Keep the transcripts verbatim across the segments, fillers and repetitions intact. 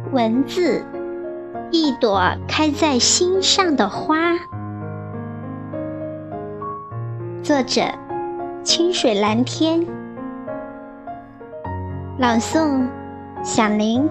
文字，一朵开在心上的花。作者：清水蓝天。朗诵：响铃。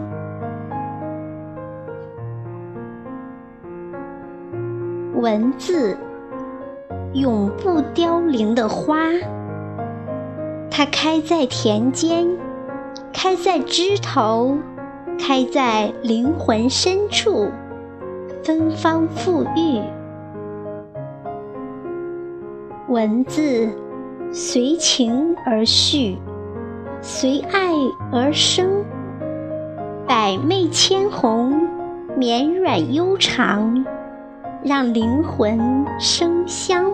文字，永不凋零的花，它开在田间，开在枝头，开在灵魂深处，芬芳馥郁。文字随情而续，随爱而生，百媚千红，绵软悠长，让灵魂生香。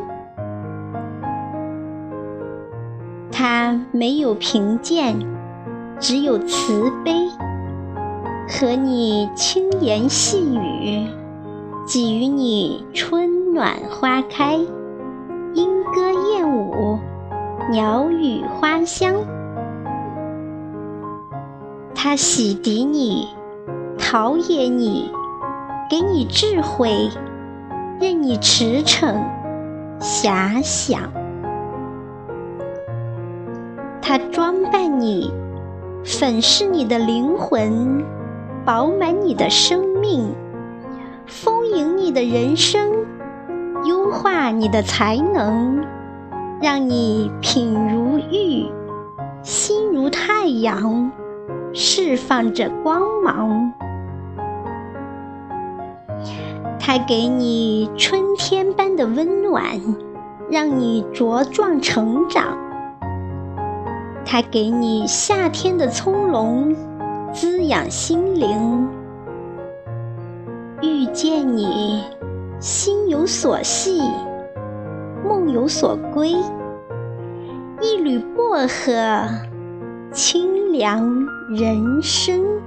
它没有贫贱，只有慈悲，和你轻言细语，给予你春暖花开，莺歌燕舞，鸟语花香。它洗涤你，陶冶你，给你智慧，任你驰骋遐想。它装扮你，粉饰你的灵魂，饱满你的生命，丰盈你的人生，优化你的才能，让你品如玉，心如太阳，释放着光芒。它给你春天般的温暖，让你茁壮成长。它给你夏天的葱茏，滋养心灵。遇见你，心有所系，梦有所归。一缕薄荷，清凉人生。